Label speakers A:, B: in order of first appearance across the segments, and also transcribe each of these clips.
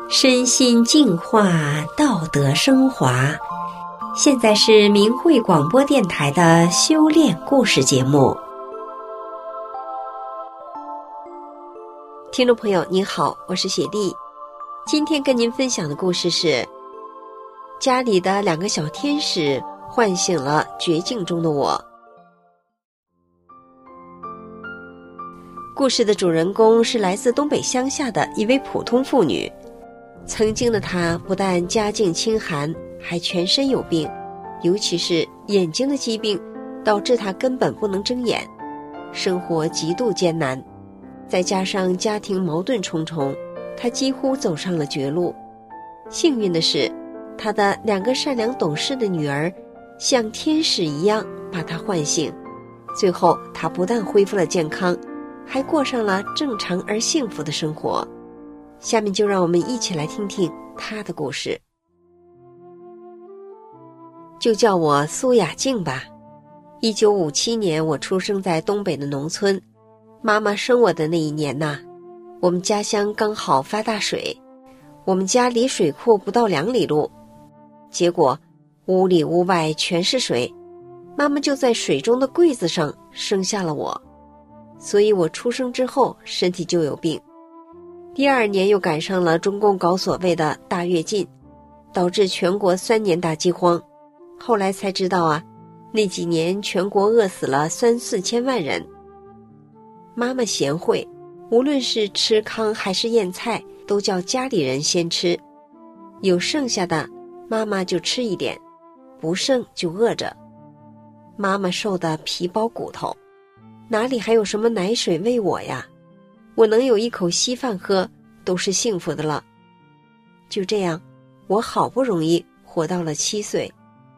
A: 身心净化，道德升华。现在是明慧广播电台的修炼故事节目。听众朋友您好，我是雪莉。今天跟您分享的故事是家里的2个小天使唤醒了绝境中的我。故事的主人公是来自东北乡下的一位普通妇女。曾经的她不但家境清寒，还全身有病，尤其是眼睛的疾病导致她根本不能睁眼，生活极度艰难。再加上家庭矛盾重重，她几乎走上了绝路。幸运的是，她的2个善良懂事的女儿像天使一样把她唤醒，最后她不但恢复了健康，还过上了正常而幸福的生活。下面就让我们一起来听听她的故事。就叫我苏雅静吧。1957年，我出生在东北的农村。妈妈生我的那一年呐，我们家乡刚好发大水，我们家离水库不到2里路。结果屋里屋外全是水，妈妈就在水中的柜子上生下了我。所以我出生之后身体就有病。第2年又赶上了中共搞所谓的大跃进，导致全国3年大饥荒。后来才知道啊，那几年全国饿死了3-4千万人。妈妈贤惠，无论是吃糠还是腌菜，都叫家里人先吃。有剩下的，妈妈就吃一点，不剩就饿着。妈妈瘦得皮包骨头，哪里还有什么奶水喂我呀？我能有一口稀饭喝，都是幸福的了。就这样，我好不容易活到了7岁。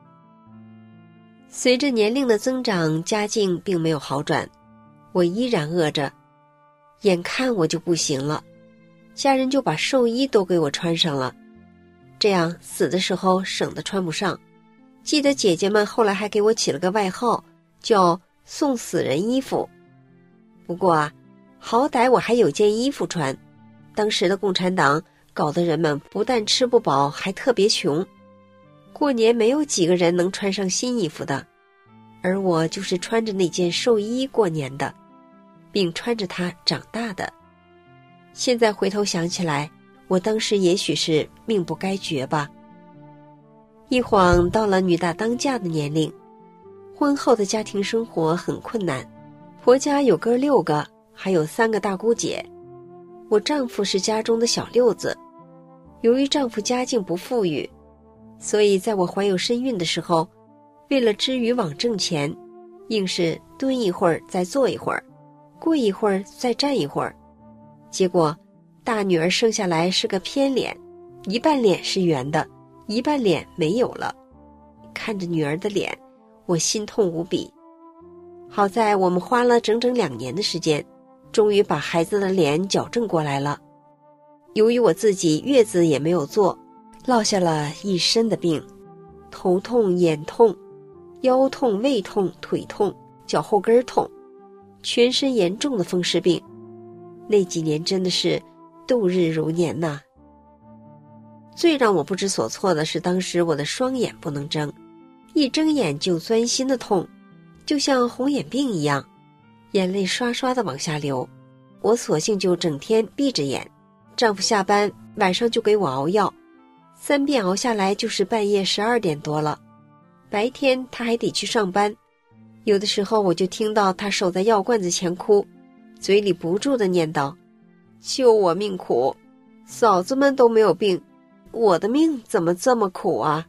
A: 随着年龄的增长，家境并没有好转，我依然饿着，眼看我就不行了，家人就把寿衣都给我穿上了，这样死的时候省得穿不上。记得姐姐们后来还给我起了个外号，叫送死人衣服。不过啊，好歹我还有件衣服穿。当时的共产党搞得人们不但吃不饱，还特别穷，过年没有几个人能穿上新衣服的，而我就是穿着那件寿衣过年的，并穿着它长大的。现在回头想起来，我当时也许是命不该绝吧。一晃到了女大当嫁的年龄，婚后的家庭生活很困难，婆家有哥6个，还有3个大姑姐。我丈夫是家中的小六子，由于丈夫家境不富裕，所以在我怀有身孕的时候，为了织渔网挣钱，硬是蹲一会儿再坐一会儿，跪一会儿再站一会儿。结果大女儿生下来是个偏脸，一半脸是圆的，一半脸没有了。看着女儿的脸，我心痛无比。好在我们花了整整2年的时间，终于把孩子的脸矫正过来了。由于我自己月子也没有做，落下了一身的病，头痛、眼痛、腰痛、胃痛、腿痛、脚后跟痛，全身严重的风湿病。那几年真的是度日如年呐。最让我不知所措的是，当时我的双眼不能睁，一睁眼就钻心的痛，就像红眼病一样，眼泪刷刷的往下流。我索性就整天闭着眼，丈夫下班晚上就给我熬药，3遍熬下来就是半夜12点多了。白天他还得去上班，有的时候我就听到他守在药罐子前哭，嘴里不住地念叨：救我命苦，嫂子们都没有病，我的命怎么这么苦啊。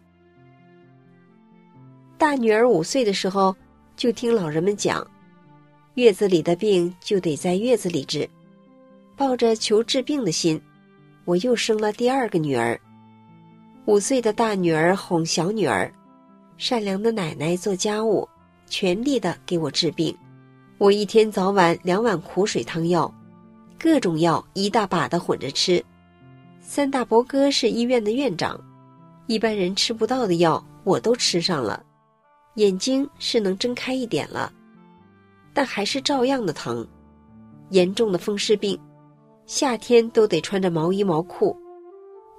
A: 大女儿5岁的时候，就听老人们讲，月子里的病就得在月子里治。抱着求治病的心，我又生了第2个女儿。5岁的大女儿哄小女儿，善良的奶奶做家务，全力的给我治病。我一天早晚2碗苦水汤药，各种药一大把的混着吃。3大伯哥是医院的院长，一般人吃不到的药我都吃上了。眼睛是能睁开一点了，但还是照样的疼。严重的风湿病，夏天都得穿着毛衣毛裤，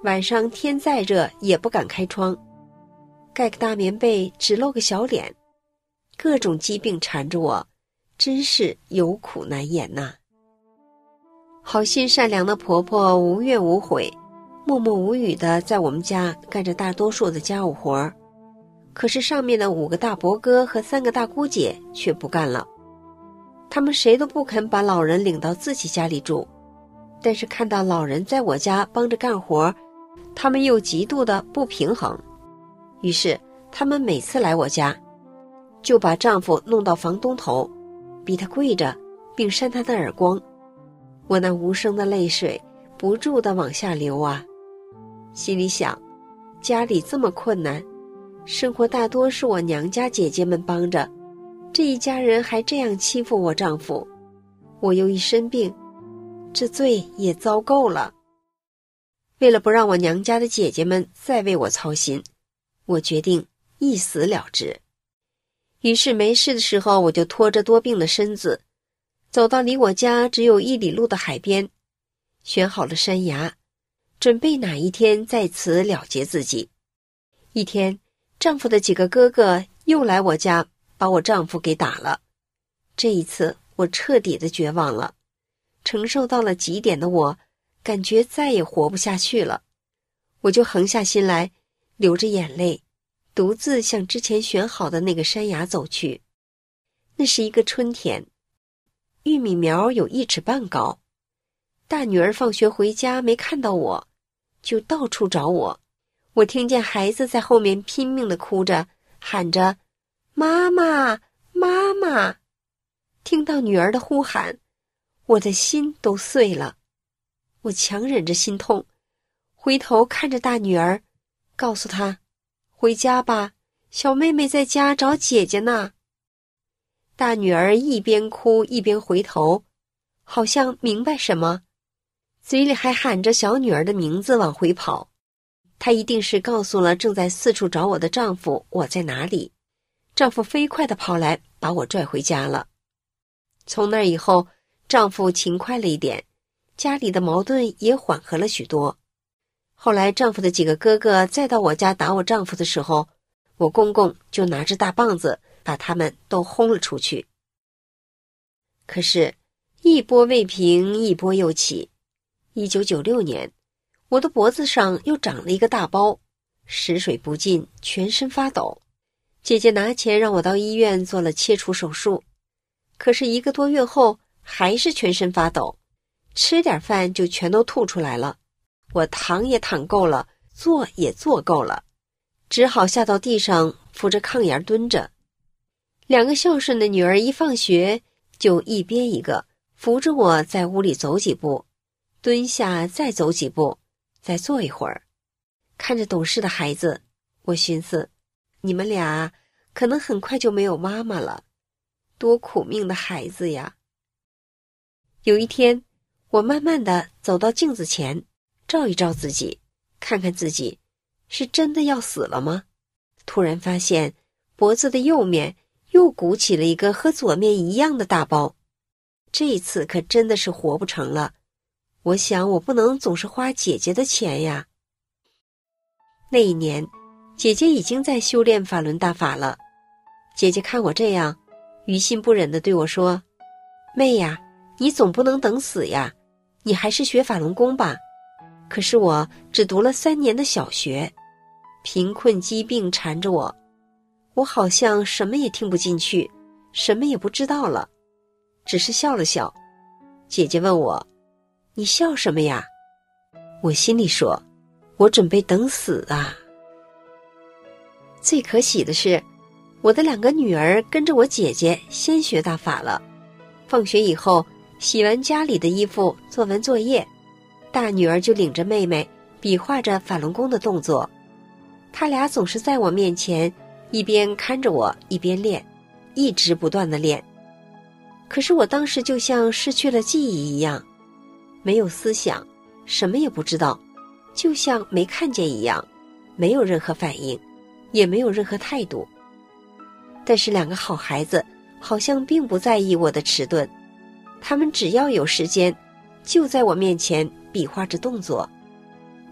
A: 晚上天再热也不敢开窗，盖个大棉被只露个小脸，各种疾病缠着我，真是有苦难言呐。好心善良的婆婆无怨无悔，默默无语地在我们家干着大多数的家务活，可是上面的5个大伯哥和3个大姑姐却不干了，他们谁都不肯把老人领到自己家里住，但是看到老人在我家帮着干活，他们又极度的不平衡，于是他们每次来我家，就把丈夫弄到房东头，逼他跪着，并扇他的耳光。我那无声的泪水不住地往下流啊，心里想，家里这么困难，生活大多是我娘家姐姐们帮着，这一家人还这样欺负我丈夫，我又一身病，这罪也遭够了。为了不让我娘家的姐姐们再为我操心，我决定一死了之。于是没事的时候，我就拖着多病的身子，走到离我家只有1里路的海边，选好了山崖，准备哪一天在此了结自己。一天，丈夫的几个哥哥又来我家，把我丈夫给打了。这一次我彻底的绝望了，承受到了极点的我，感觉再也活不下去了。我就横下心来，流着眼泪，独自向之前选好的那个山崖走去。那是一个春天，玉米苗有1尺半高。大女儿放学回家没看到我，就到处找我。我听见孩子在后面拼命地哭着，喊着妈妈妈妈。听到女儿的呼喊，我的心都碎了。我强忍着心痛，回头看着大女儿，告诉她，回家吧，小妹妹在家找姐姐呢。大女儿一边哭一边回头，好像明白什么，嘴里还喊着小女儿的名字往回跑。她一定是告诉了正在四处找我的丈夫我在哪里。丈夫飞快地跑来，把我拽回家了。从那以后，丈夫勤快了一点，家里的矛盾也缓和了许多。后来丈夫的几个哥哥再到我家打我丈夫的时候，我公公就拿着大棒子把他们都轰了出去。可是一波未平，一波又起。1996年，我的脖子上又长了一个大包，食水不进，全身发抖。姐姐拿钱让我到医院做了切除手术，可是1个多月后还是全身发抖，吃点饭就全都吐出来了。我躺也躺够了，坐也坐够了，只好下到地上扶着炕沿蹲着。2个孝顺的女儿一放学就一边一个扶着我在屋里走几步，蹲下再走几步，再坐一会儿。看着懂事的孩子，我寻思，你们俩可能很快就没有妈妈了，多苦命的孩子呀。有一天，我慢慢地走到镜子前，照一照自己，看看自己是真的要死了吗？突然发现脖子的右面又鼓起了一个和左面一样的大包，这一次可真的是活不成了。我想我不能总是花姐姐的钱呀。那一年，姐姐已经在修炼法轮大法了。姐姐看我这样，于心不忍地对我说，妹呀，你总不能等死呀，你还是学法轮功吧。可是我只读了3年的小学，贫困疾病缠着我，我好像什么也听不进去，什么也不知道了，只是笑了笑。姐姐问我，你笑什么呀？我心里说，我准备等死啊。最可喜的是，我的2个女儿跟着我姐姐先学大法了。放学以后，洗完家里的衣服，做完作业，大女儿就领着妹妹比划着法轮功的动作。她俩总是在我面前一边看着我一边练，一直不断地练。可是我当时就像失去了记忆一样，没有思想，什么也不知道，就像没看见一样，没有任何反应，也没有任何态度。但是2个好孩子好像并不在意我的迟钝，他们只要有时间，就在我面前比划着动作。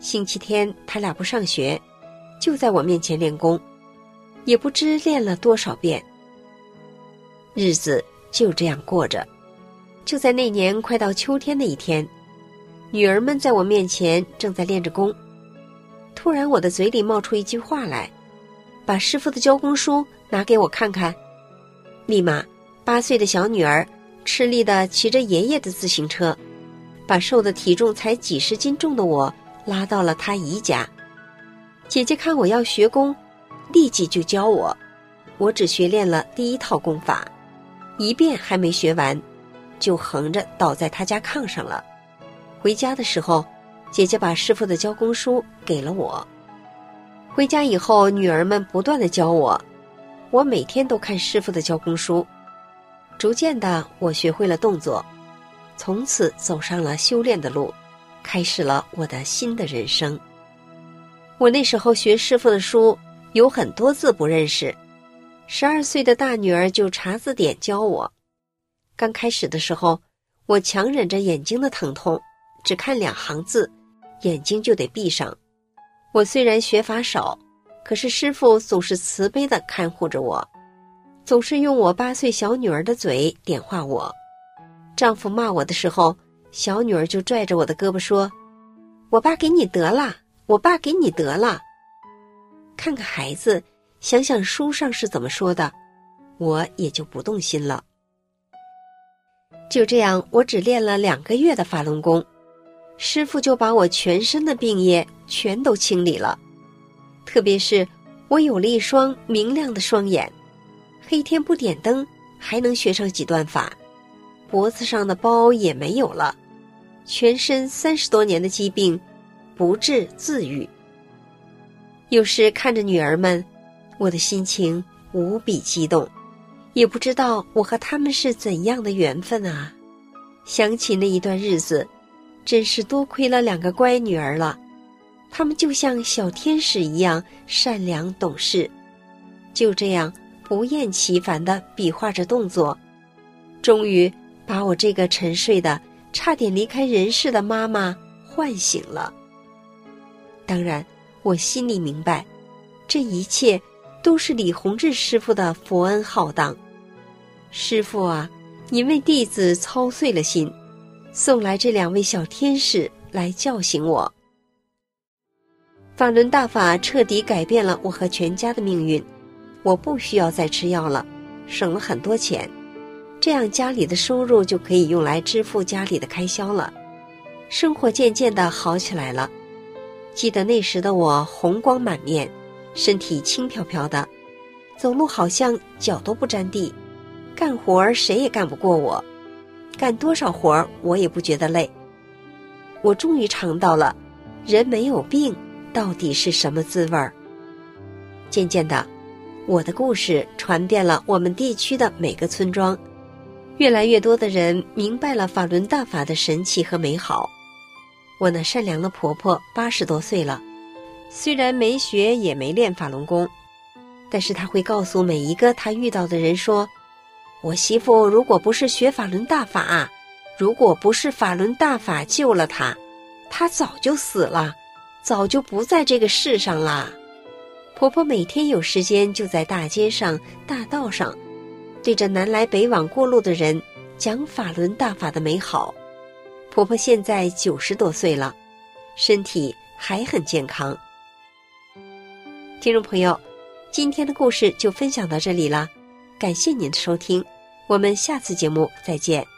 A: 星期天他俩不上学，就在我面前练功，也不知练了多少遍。日子就这样过着。就在那年快到秋天的一天，女儿们在我面前正在练着功，突然我的嘴里冒出一句话来，把师傅的教功书拿给我看看。立马8岁的小女儿吃力地骑着爷爷的自行车，把瘦的体重才几十斤重的我拉到了她姨家。姐姐看我要学功，立即就教我。我只学练了第1套功法，1遍还没学完，就横着倒在她家炕上了。回家的时候，姐姐把师傅的教功书给了我。回家以后，女儿们不断地教我，我每天都看师傅的教功书。逐渐的，我学会了动作，从此走上了修炼的路，开始了我的新的人生。我那时候学师傅的书，有很多字不认识，12岁的大女儿就查字典教我。刚开始的时候，我强忍着眼睛的疼痛，只看2行字，眼睛就得闭上。我虽然学法少，可是师傅总是慈悲地看护着我，总是用我8岁小女儿的嘴点化我。丈夫骂我的时候，小女儿就拽着我的胳膊说：“我爸给你得了，我爸给你得了。”看看孩子，想想书上是怎么说的，我也就不动心了。就这样，我只练了2个月的法轮功，师傅就把我全身的病业全都清理了。特别是我有了一双明亮的双眼，黑天不点灯还能学上几段法，脖子上的包也没有了，全身30多年的疾病不治自愈。有时看着女儿们，我的心情无比激动，也不知道我和他们是怎样的缘分啊。想起那一段日子，真是多亏了2个乖女儿了，她们就像小天使一样善良懂事，就这样不厌其烦地比划着动作，终于把我这个沉睡的差点离开人世的妈妈唤醒了。当然我心里明白，这一切都是李洪志师傅的佛恩浩荡。师傅啊，您为弟子操碎了心，送来这2位小天使来叫醒我。法轮大法彻底改变了我和全家的命运，我不需要再吃药了，省了很多钱，这样家里的收入就可以用来支付家里的开销了，生活渐渐地好起来了。记得那时的我红光满面，身体轻飘飘的，走路好像脚都不沾地，干活谁也干不过我，干多少活我也不觉得累。我终于尝到了人没有病到底是什么滋味儿。渐渐的，我的故事传遍了我们地区的每个村庄，越来越多的人明白了法轮大法的神奇和美好。我那善良的婆婆80多岁了，虽然没学也没练法轮功，但是她会告诉每一个她遇到的人说，我媳妇如果不是学法轮大法，如果不是法轮大法救了她，她早就死了，早就不在这个世上啦。婆婆每天有时间就在大街上大道上对着南来北往过路的人讲法轮大法的美好。婆婆现在90多岁了，身体还很健康。听众朋友，今天的故事就分享到这里了，感谢您的收听，我们下次节目再见。